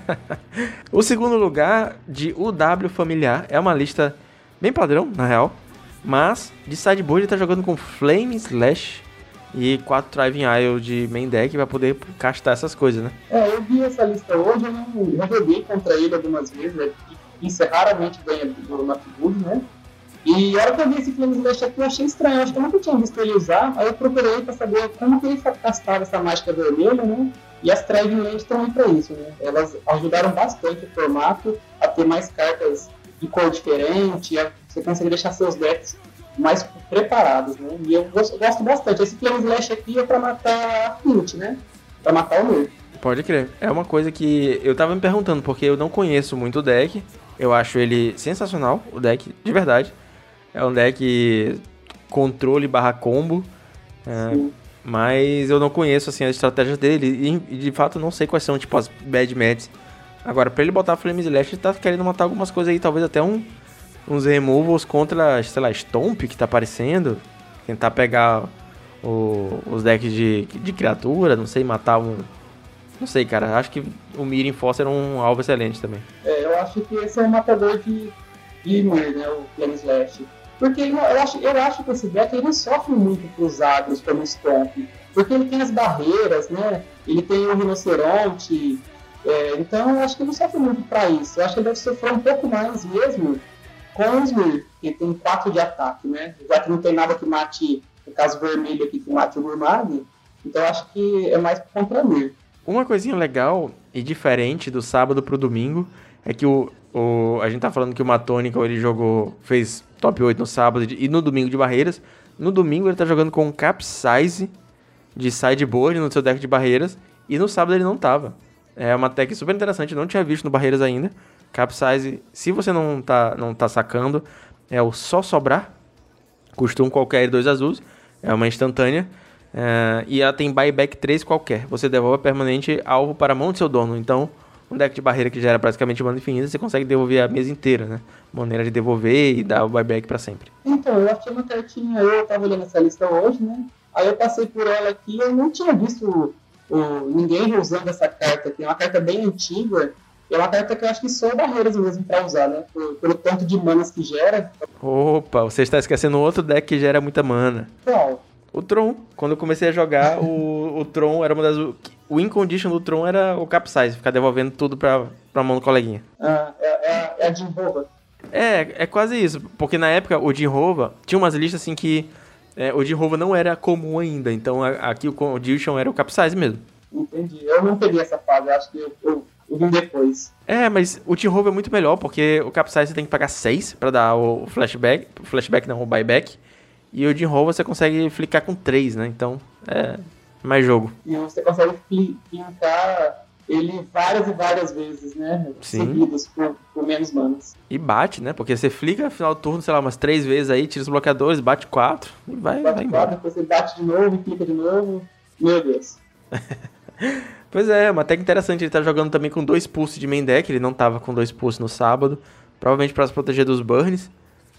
O segundo lugar de U W Familiar é uma lista bem padrão, na real. Mas de sideboard ele tá jogando com Flame Slash e quatro Thriving Isle de main deck pra poder castar essas coisas, né? É, eu vi essa lista hoje, eu não já joguei contra ele algumas vezes, né? Isso é raramente ganha do Notebook, né? E a hora que eu vi esse Flame Slash aqui, eu achei estranho, acho que eu nunca tinha visto ele usar, aí eu procurei pra saber como que ele castava essa mágica vermelha, né? E as Thriving Land estão aí pra isso, né? Elas ajudaram bastante o formato a ter mais cartas de cor diferente, a você consegue deixar seus decks mais preparados, né? E eu gosto, gosto bastante. Esse Flame Slash aqui é pra matar a Flint, né? Pra matar o Mir. Pode crer. É uma coisa que eu tava me perguntando, porque eu não conheço muito o deck. Eu acho ele sensacional, o deck, de verdade. É um deck controle barra combo. É, mas eu não conheço, assim, as estratégias dele. E, de fato, não sei quais são, tipo, as bad matches. Agora, pra ele botar Flame Slash, ele tá querendo matar algumas coisas aí. Talvez até um... uns removals contra, sei lá, Stomp que tá aparecendo. Tentar pegar o, os decks de, de criatura, não sei, matar um... Não sei, cara. Acho que o Mirin Foster é um alvo excelente também. É, eu acho que esse é um matador de Mir, né? O Flame Slash. Porque ele, eu, acho, eu acho que esse deck ele não sofre muito pros agros como Stomp. Porque ele tem as barreiras, né? Ele tem o Rinoceronte. É, então eu acho que ele não sofre muito pra isso. Eu acho que ele deve sofrer um pouco mais mesmo com os Mir, que tem quatro de ataque, né? Já que não tem nada que mate, no caso vermelho aqui, que mate o Gurmag, então eu acho que é mais contra Mir. Uma coisinha legal e diferente do sábado pro domingo é que o, o, a gente tá falando que o Matônica ele jogou, fez top oito no sábado e no domingo de barreiras. No domingo ele tá jogando com Capsize de sideboard no seu deck de barreiras e no sábado ele não tava. É uma tech super interessante, não tinha visto no barreiras ainda. Capsize, se você não tá, não tá sacando, é o Só Sobrar. Custa um qualquer e dois azuis. É uma instantânea. É, e ela tem buyback três qualquer. Você devolve permanente alvo para a mão do seu dono. Então, um deck de barreira que gera praticamente mana infinita, você consegue devolver a mesa inteira, né? Maneira de devolver e dar o buyback para sempre. Então, eu achei uma cartinha, eu tava olhando essa lista hoje, né? Aí eu passei por ela aqui, eu não tinha visto o, ninguém usando essa carta aqui. É uma carta bem antiga. É uma carta que eu acho que só barreiras mesmo pra usar, né? Pelo, pelo tanto de manas que gera. Opa, você está esquecendo outro deck que gera muita mana. Qual? O Tron. Quando eu comecei a jogar, o, o Tron era uma das... O win condition do Tron era o Capsize, ficar devolvendo tudo pra, pra mão do coleguinha. Ah, é, é, é a Jinrova. É, é quase isso. Porque na época, o Jinrova... Tinha umas listas assim que... É, o Jinrova não era comum ainda. Então, a, aqui o condition era o Capsize mesmo. Entendi. Eu não peguei essa fase. Eu acho que eu, eu, eu vim depois. É, mas o Jinrova é muito melhor. Porque o Capsize você tem que pagar seis pra dar o flashback. O flashback não, o buyback. E o Jinrova você consegue flicar com três, né? Então, é mais jogo. E você consegue flicar ele várias e várias vezes, né? Sim. Seguidas por, por menos manas. E bate, né? Porque você flica no final do turno, sei lá, umas três vezes aí, tira os bloqueadores, bate quatro e vai, Bate vai embora. quatro, depois você bate de novo e clica de novo. Meu Deus. Pois é, uma técnica interessante. Ele tá jogando também com dois pulsos de main deck. Ele não tava com dois pulsos no sábado. Provavelmente pra se proteger dos burns.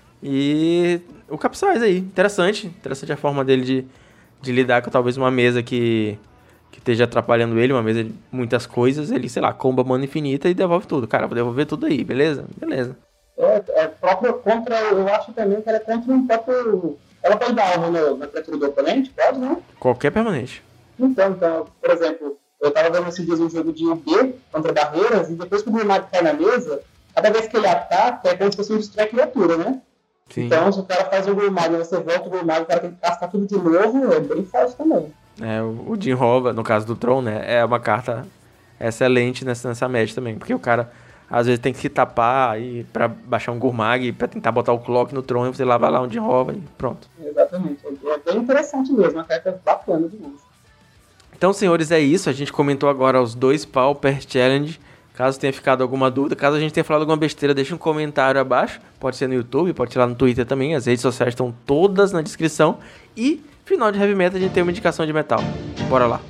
E o Capsize aí, interessante. Interessante a forma dele de, de lidar com talvez uma mesa que, que esteja atrapalhando ele, uma mesa de muitas coisas. Ele, sei lá, comba mana infinita e devolve tudo. Cara, vou devolver tudo aí, beleza? Beleza. É, é próprio contra, eu acho também que ela é contra um próprio... Ela pode dar alvo no, na criatura do oponente? Pode, né? Qualquer permanente. Então, então, por exemplo, eu tava vendo esses dias um jogo de U B contra barreiras, e depois que o Gurmag cai na mesa, cada vez que ele ataca, é como se fosse um destrói criatura, né? Sim. Então, se o cara faz o Gurmag e você volta o Gurmag, o cara tem que castar tudo de novo, é bem forte também. É, o, o Jinrova, no caso do Tron, né, é uma carta excelente nessa, nessa match também, porque o cara às vezes tem que se tapar aí pra baixar um Gurmag, pra tentar botar o Clock no Tron, e você lá vai lá um Jinrova e pronto. Exatamente, é bem interessante mesmo, uma carta bacana demais. Então, senhores, é isso. A gente comentou agora os dois Pauper Challenge. Caso tenha ficado alguma dúvida, caso a gente tenha falado alguma besteira, deixa um comentário abaixo. Pode ser no YouTube, pode ser lá no Twitter também. As redes sociais estão todas na descrição. E, final de Heavy Metal, a gente tem uma indicação de metal. Bora lá.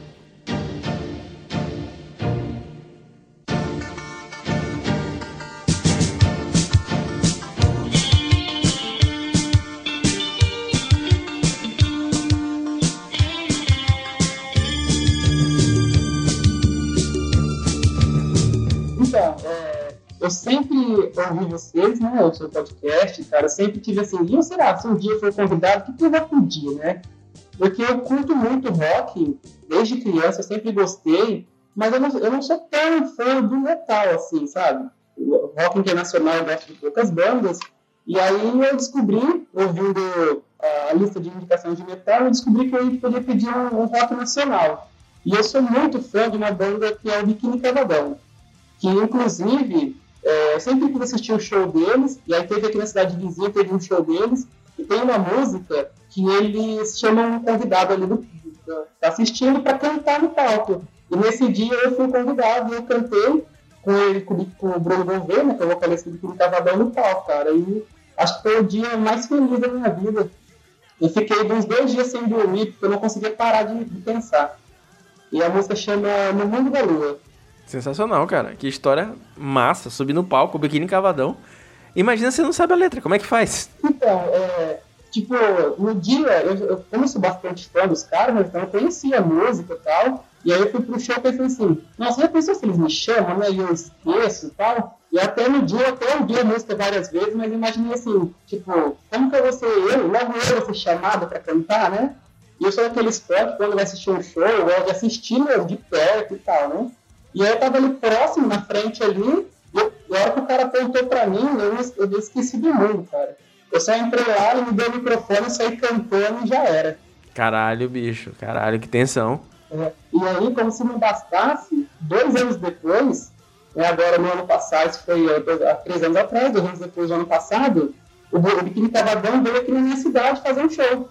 Eu sempre ouvi vocês, né, o seu podcast, cara, eu sempre tive assim, e eu sei lá, se um dia eu for convidado, o que, que eu vou pedir, né? Porque eu curto muito rock, desde criança, eu sempre gostei, mas eu não, eu não sou tão fã do metal, assim, sabe? O rock internacional eu gosto de poucas bandas, e aí eu descobri, ouvindo a lista de indicações de metal, eu descobri que eu podia pedir um, um rock nacional. E eu sou muito fã de uma banda que é o Biquíni Cavadão, que inclusive... É, eu sempre quis assistir o show deles, e aí teve aqui na cidade vizinha, teve um show deles, e tem uma música que eles chamam um convidado ali do, do, tá assistindo para cantar no palco. E nesse dia eu fui convidado e eu cantei com ele, com, com o Bruno Gouveia, né, que é o vocalista do Cavadão, no palco, cara. E acho que foi o dia mais feliz da minha vida. Eu fiquei uns dois dias sem dormir, porque eu não conseguia parar de, de pensar. E a música chama No Mundo da Lua. Sensacional, cara. Que história massa. Subir no palco, biquíni cavadão. Imagina se você não sabe a letra. Como é que faz? Então, é... Tipo, no dia, eu, eu, como eu sou bastante fã dos caras, então eu conhecia a música e tal. E aí eu fui pro show e pensei assim, nossa, já pensou se eles me chamam, né? E eu esqueço e tal. E até no dia eu até ouvi a música várias vezes, mas imaginei assim, tipo, como que eu vou ser eu? Logo eu vou ser chamado pra cantar, né? E eu sou daquele esporte, quando vai assistir um show, eu gosto de assistir mesmo, de perto e tal, né? E aí eu tava ali próximo, na frente ali, e eu, a hora que o cara apontou pra mim, eu, eu esqueci do mundo, cara. Eu só entrei lá, ele me deu o microfone, saí cantando e já era. Caralho, bicho. Caralho, que tensão. É, e aí, como se não bastasse, dois anos depois, né, agora no ano passado, isso foi há três anos atrás, dois anos depois do ano passado, o, o Biquíni Cavadão veio aqui na minha cidade fazer um show.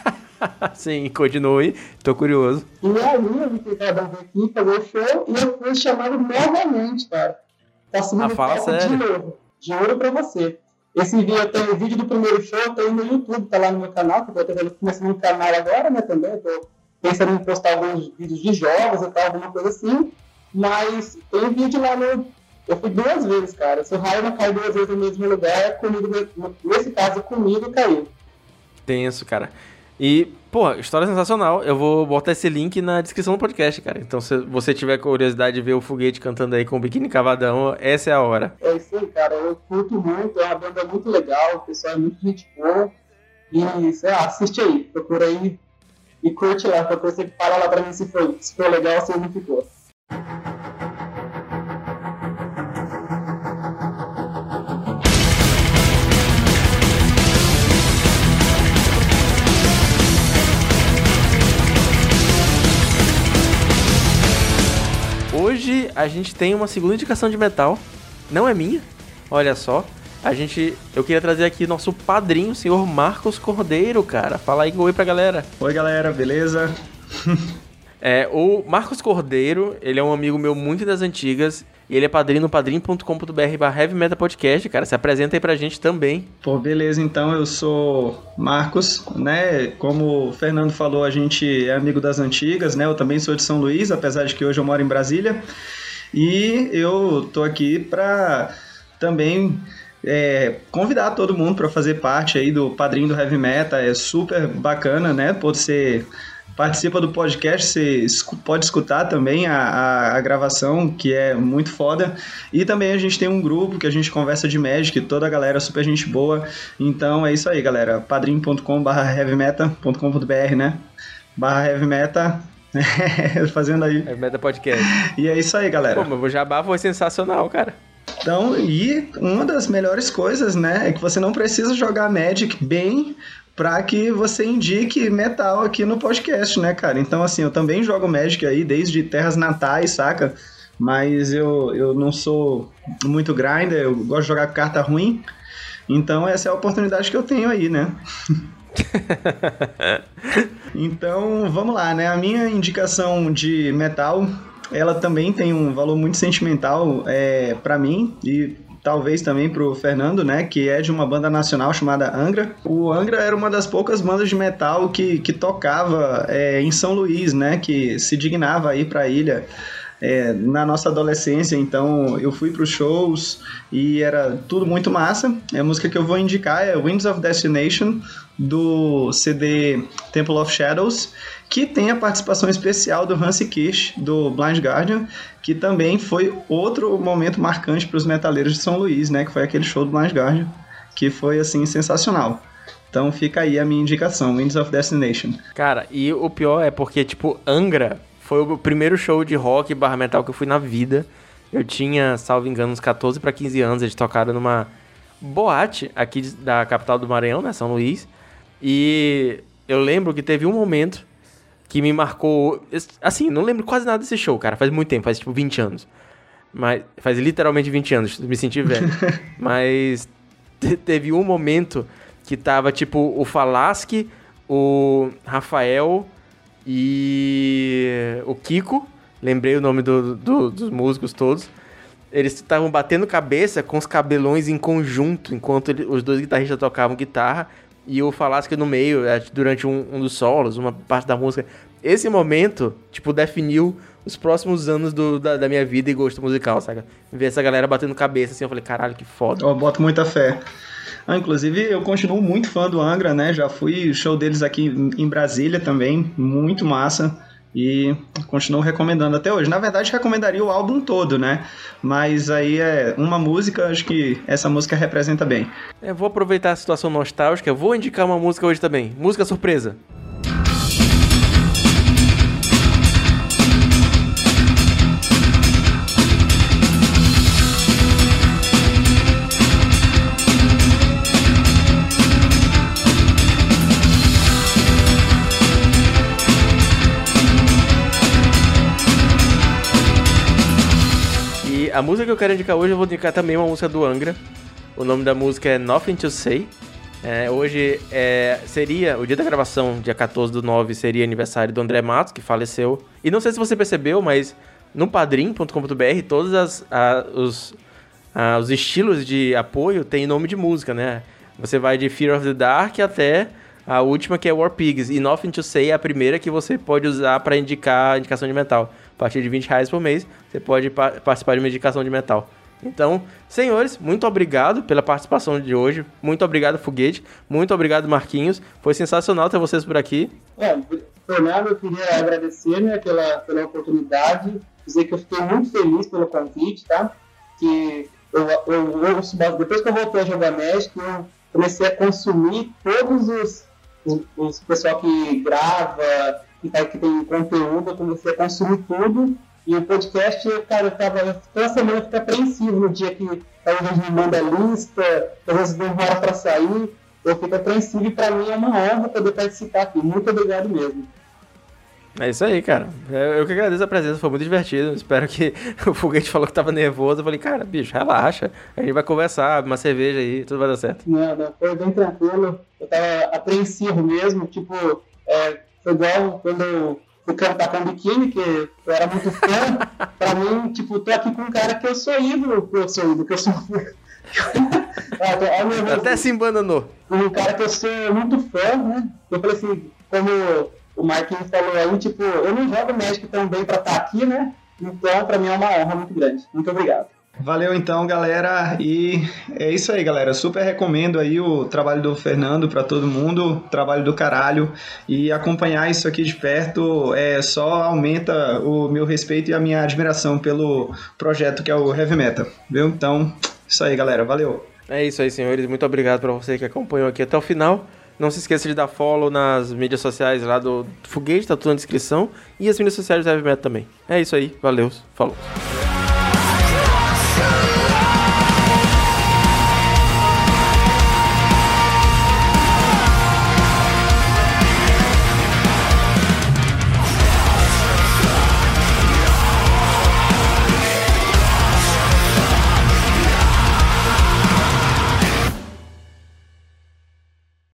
Sim, continue, tô curioso. E aí, o Biquíni Cavadão veio aqui fazer o show e eu fui chamado novamente, cara. Tá subindo ah, fala palco de sério. novo. De ouro pra você. Esse vídeo, eu tenho o vídeo do primeiro show, tem no YouTube, tá lá no meu canal, que eu tô começando um canal agora, né, também, eu tô pensando em postar alguns vídeos de jogos e tal, alguma coisa assim, mas tem um vídeo lá no... Eu fui duas vezes, cara, se o raio não cai duas vezes no mesmo lugar, comigo, nesse caso, comigo caiu. Tenso, cara. E, pô, história sensacional. Eu vou botar esse link na descrição do podcast, cara. Então, se você tiver curiosidade de ver o Foguete cantando aí com o Biquíni Cavadão, essa é a hora. É isso aí, cara. Eu curto muito, é uma banda muito legal, o pessoal é muito gente boa. E, sei lá, assiste aí, procura aí e curte lá, pra você falar lá pra mim se foi, se foi legal ou se não ficou. Hoje a gente tem uma segunda indicação de metal, não é minha, olha só. A gente, eu queria trazer aqui nosso padrinho, o senhor Marcos Cordeiro, cara. Fala aí, oi pra galera. Oi, galera, beleza? É, o Marcos Cordeiro, ele é um amigo meu muito das antigas, e ele é padrinho no padrim ponto com ponto b r barra heavy metal podcast, cara. Se apresenta aí pra gente também. Pô, beleza, então eu sou Marcos, né? Como o Fernando falou, a gente é amigo das antigas, né? Eu também sou de São Luís, apesar de que hoje eu moro em Brasília. E eu tô aqui pra também é, convidar todo mundo para fazer parte aí do Padrinho do Heavy Metal. É super bacana, né? Pode ser... Participa do podcast, você pode escutar também a, a, a gravação, que é muito foda. E também a gente tem um grupo que a gente conversa de Magic, toda a galera é super gente boa. Então é isso aí, galera. padrim ponto com barra heavy metal ponto com ponto b r, né? Barra heavy metal. Fazendo aí. Heavy Metal Podcast. E é isso aí, galera. Pô, mas o jabá foi sensacional, cara. Então, e uma das melhores coisas, né, é que você não precisa jogar Magic bem para que você indique metal aqui no podcast, né, cara? Então, assim, eu também jogo Magic aí desde Terras Natais, saca? Mas eu, eu não sou muito grinder, eu gosto de jogar carta ruim. Então, essa é a oportunidade que eu tenho aí, né? Então, vamos lá, né? A minha indicação de metal, ela também tem um valor muito sentimental é, para mim e talvez também pro Fernando, né, que é de uma banda nacional chamada Angra. O Angra era uma das poucas bandas de metal que, que tocava é, em São Luís, né, que se dignava a ir pra ilha é, na nossa adolescência. Então eu fui pros shows e era tudo muito massa. A música que eu vou indicar é Winds of Destination, do C D Temple of Shadows, que tem a participação especial do Hansi Kirsch, do Blind Guardian, que também foi outro momento marcante para os metaleiros de São Luís, né? Que foi aquele show do Blind Guardian, que foi, assim, sensacional. Então fica aí a minha indicação, Winds of Destination. Cara, e o pior é porque, tipo, Angra foi o primeiro show de rock barra metal que eu fui na vida. Eu tinha, salvo engano, uns catorze para quinze anos, eles tocaram numa boate aqui da capital do Maranhão, né? São Luís. E eu lembro que teve um momento que me marcou... Assim, não lembro quase nada desse show, cara. Faz muito tempo, faz tipo vinte anos. Mas faz literalmente vinte anos, me senti velho. Mas te- teve um momento que tava tipo o Falasque, o Rafael e o Kiko. Lembrei o nome do, do, dos músicos todos. Eles estavam batendo cabeça com os cabelões em conjunto, enquanto ele, os dois guitarristas tocavam guitarra. E o Falasque no meio, durante um, um dos solos, uma parte da música. Esse momento, tipo, definiu os próximos anos do, da, da minha vida e gosto musical, saca? Ver essa galera batendo cabeça, assim, eu falei, caralho, que foda. Eu boto muita fé. Ah, inclusive, eu continuo muito fã do Angra, né? Já fui show deles aqui em Brasília também, muito massa. E continuo recomendando até hoje. Na verdade, recomendaria o álbum todo, né? Mas aí é uma música, acho que essa música representa bem. Eu vou aproveitar a situação nostálgica, vou indicar uma música hoje também. Música surpresa. A música que eu quero indicar hoje, eu vou indicar também uma música do Angra. O nome da música é Nothing to Say. É, hoje é, seria, o dia da gravação, dia quatorze do nove, seria aniversário do André Matos, que faleceu. E não sei se você percebeu, mas no padrim ponto com ponto b r todos as, a, os, a, os estilos de apoio têm nome de música, né? Você vai de Fear of the Dark até a última, que é War Pigs. E Nothing to Say é a primeira que você pode usar para indicar indicação de metal. A partir de vinte reais por mês, você pode pa- participar de uma indicação de metal. Então, senhores, muito obrigado pela participação de hoje. Muito obrigado, Foguete. Muito obrigado, Marquinhos. Foi sensacional ter vocês por aqui. É, Fernando, eu queria agradecer, né, pela, pela oportunidade. Dizer que eu fiquei muito feliz pelo convite, tá? Que eu, eu, eu, depois que eu voltei a jogar Magic, eu comecei a consumir todos os, os, os pessoal que grava, que, tá, que tem conteúdo, eu comecei a consumir tudo. E o podcast, cara, eu tava toda semana eu fico apreensivo no dia que talvez me manda lista, talvez demora para sair, eu fico apreensivo e para mim é uma honra poder participar aqui. Muito obrigado mesmo. É isso aí, cara. Eu que agradeço a presença, foi muito divertido. Espero que o Foguete falou que tava nervoso. Eu falei, cara, bicho, relaxa. A gente vai conversar, uma cerveja aí, tudo vai dar certo. Não, não, foi bem tranquilo. Eu tava apreensivo mesmo, tipo, é, foi igual quando eu fui cantar com o Biquíni, que eu era muito fã. Pra mim, tipo, tô aqui com um cara que eu sou ídolo, que eu sou ídolo, que eu sou... ah, tô, Até se embananou. Um cara que eu sou muito fã, né? Eu falei assim, como o Marquinhos falou aí, tipo, eu não jogo Magic tão bem pra estar aqui, né? Então, pra mim é uma honra muito grande. Muito obrigado. Valeu então, galera, e é isso aí, galera, super recomendo aí o trabalho do Fernando para todo mundo, trabalho do caralho, e acompanhar isso aqui de perto é, só aumenta o meu respeito e a minha admiração pelo projeto que é o Heavy Meta, viu? Então, isso aí, galera, valeu. É isso aí, senhores, muito obrigado para você que acompanhou aqui até o final. Não se esqueça de dar follow nas mídias sociais lá do Foguete, tá tudo na descrição, e as mídias sociais do Heavy Meta também. É isso aí, valeu, falou.